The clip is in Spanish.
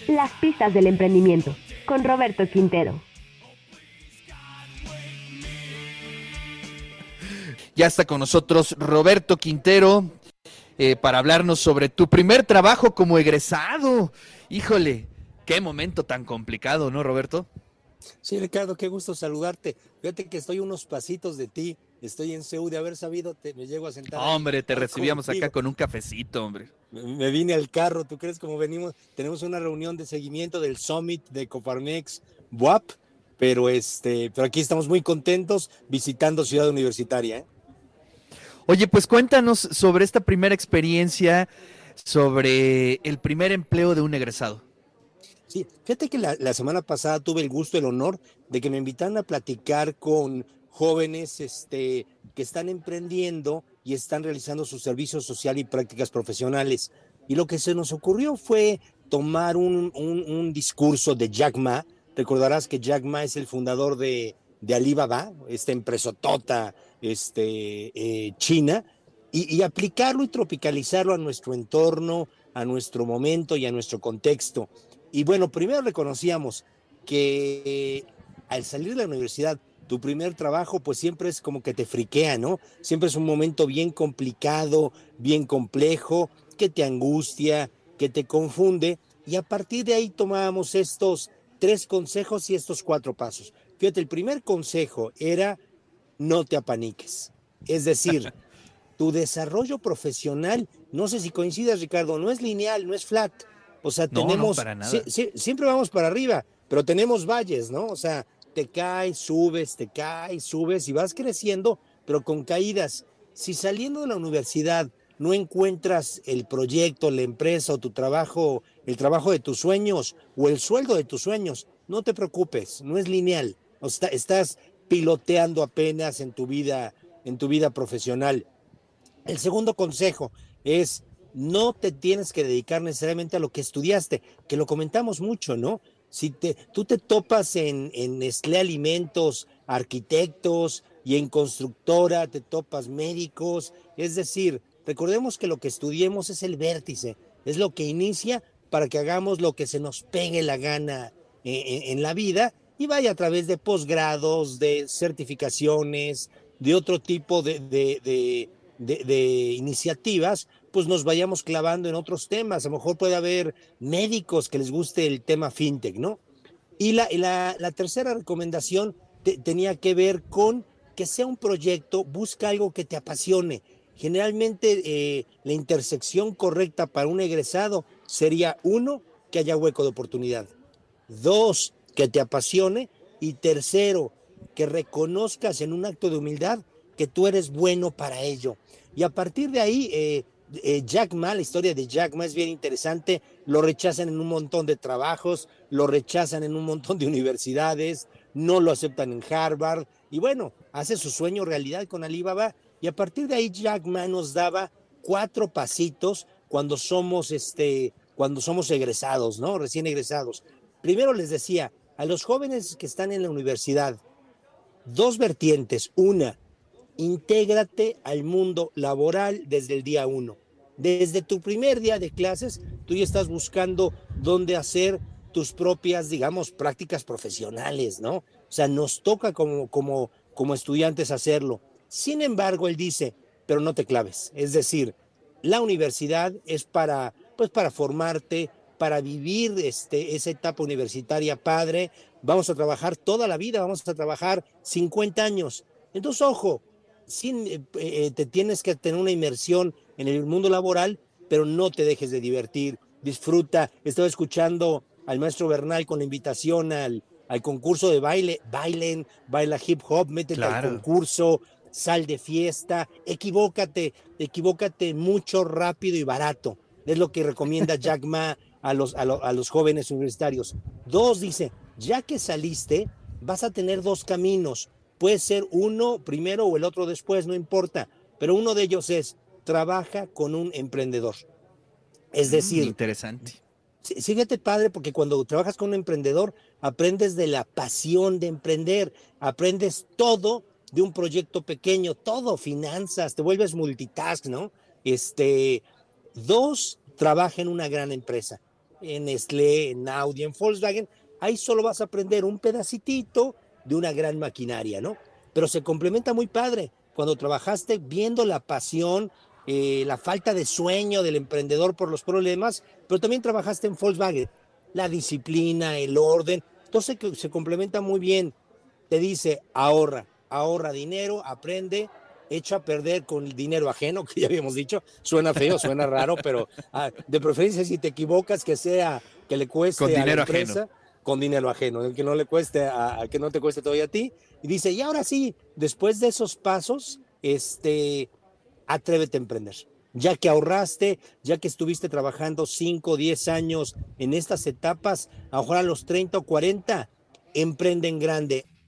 Las pistas del emprendimiento, con Roberto Quintero. Ya está con nosotros Roberto Quintero para hablarnos sobre tu primer trabajo como egresado. Híjole, qué momento tan complicado, ¿no, Roberto? Sí, Ricardo, qué gusto saludarte. Fíjate que estoy unos pasitos de ti, estoy en CEU, de haber sabido, me llego a sentar Hombre, te ahí recibíamos acá contigo. con un cafecito, hombre. Me vine al carro, ¿tú crees cómo venimos? Tenemos una reunión de seguimiento del Summit de Coparmex BUAP, pero aquí estamos muy contentos visitando Ciudad Universitaria, ¿eh? Oye, pues cuéntanos sobre esta primera experiencia, sobre el primer empleo de un egresado. Sí, fíjate que la semana pasada tuve el gusto, el honor de que me invitaran a platicar con jóvenes que están emprendiendo y están realizando su servicio social y prácticas profesionales. Y lo que se nos ocurrió fue tomar un discurso de Jack Ma. Recordarás que Jack Ma es el fundador de Alibaba, esta empresotota china, y aplicarlo y tropicalizarlo a nuestro entorno, a nuestro momento y a nuestro contexto. Y bueno, primero reconocíamos que al salir de la universidad, tu primer trabajo, pues siempre es como que te friquea, ¿no? Siempre es un momento bien complicado, bien complejo, que te angustia, que te confunde. Y a partir de ahí tomábamos estos 3 consejos y estos 4 pasos. Fíjate, el primer consejo era no te apaniques. Es decir, tu desarrollo profesional, no sé si coincidas, Ricardo, no es lineal, no es flat. O sea, No, no, tenemos, para nada. siempre vamos para arriba, pero tenemos valles, ¿no? O sea, te caes, subes y vas creciendo, pero con caídas. Si saliendo de la universidad no encuentras el proyecto, la empresa o tu trabajo, el trabajo de tus sueños o el sueldo de tus sueños, no te preocupes, no es lineal. O sea, estás piloteando apenas en tu vida profesional. El segundo consejo es no te tienes que dedicar necesariamente a lo que estudiaste, que lo comentamos mucho, ¿no? Si tú te topas en Nestlé Alimentos, arquitectos y en constructora te topas médicos, es decir, recordemos que lo que estudiemos es el vértice, es lo que inicia para que hagamos lo que se nos pegue la gana en la vida y vaya a través de posgrados, de certificaciones, de otro tipo de iniciativas, pues nos vayamos clavando en otros temas. A lo mejor puede haber médicos que les guste el tema fintech, ¿no? Y la tercera recomendación tenía que ver con que sea un proyecto, busca algo que te apasione. Generalmente la intersección correcta para un egresado sería uno, que haya hueco de oportunidad. Dos, que te apasione. Y tercero, que reconozcas en un acto de humildad que tú eres bueno para ello. Y a partir de ahí, Jack Ma, la historia de Jack Ma es bien interesante, lo rechazan en un montón de trabajos, lo rechazan en un montón de universidades, no lo aceptan en Harvard, y bueno, hace su sueño realidad con Alibaba, y a partir de ahí Jack Ma nos daba 4 pasitos cuando somos egresados, ¿no? Recién egresados. Primero les decía, a los jóvenes que están en la universidad, 2 vertientes. Una, intégrate al mundo laboral desde el día 1. Desde tu primer día de clases, tú ya estás buscando dónde hacer tus propias, digamos, prácticas profesionales, ¿no? O sea, nos toca como estudiantes hacerlo. Sin embargo, él dice, pero no te claves. Es decir, la universidad es pues, para formarte, para vivir esa etapa universitaria padre. Vamos a trabajar toda la vida, vamos a trabajar 50 años. Entonces, ojo, te tienes que tener una inmersión en el mundo laboral, pero no te dejes de divertir, disfruta. Estaba escuchando al maestro Bernal con la invitación al concurso de baile, baila hip hop, métete al Claro. concurso, sal de fiesta, equivócate mucho, rápido y barato. Es lo que recomienda Jack Ma a los jóvenes universitarios. Dos, dice, ya que saliste, vas a tener 2 caminos. Puede ser uno primero o el otro después, no importa, pero uno de ellos es trabaja con un emprendedor. Es decir, Interesante. fíjate padre, porque cuando trabajas con un emprendedor, aprendes de la pasión de emprender, aprendes todo de un proyecto pequeño, todo, finanzas, te vuelves multitask, ¿no? Dos, trabaja en una gran empresa. en Nestlé, en Audi, en Volkswagen, ahí solo vas a aprender un pedacitito de una gran maquinaria, ¿no? Pero se complementa muy padre. Cuando trabajaste viendo la pasión, la falta de sueño del emprendedor por los problemas, pero también trabajaste en Volkswagen, la disciplina, el orden, entonces se complementa muy bien. Te dice, ahorra dinero, aprende, echa a perder con el dinero ajeno, que ya habíamos dicho, suena feo, suena raro, pero de preferencia si te equivocas, que sea que le cueste a la empresa, ajeno. Con dinero ajeno, que no le cueste, que no te cueste todavía a ti. Y dice, y ahora sí, después de esos pasos, atrévete a emprender. Ya que ahorraste, ya que estuviste trabajando 5 o 10 años en estas etapas, ahora a los 30 o 40, emprende en grande.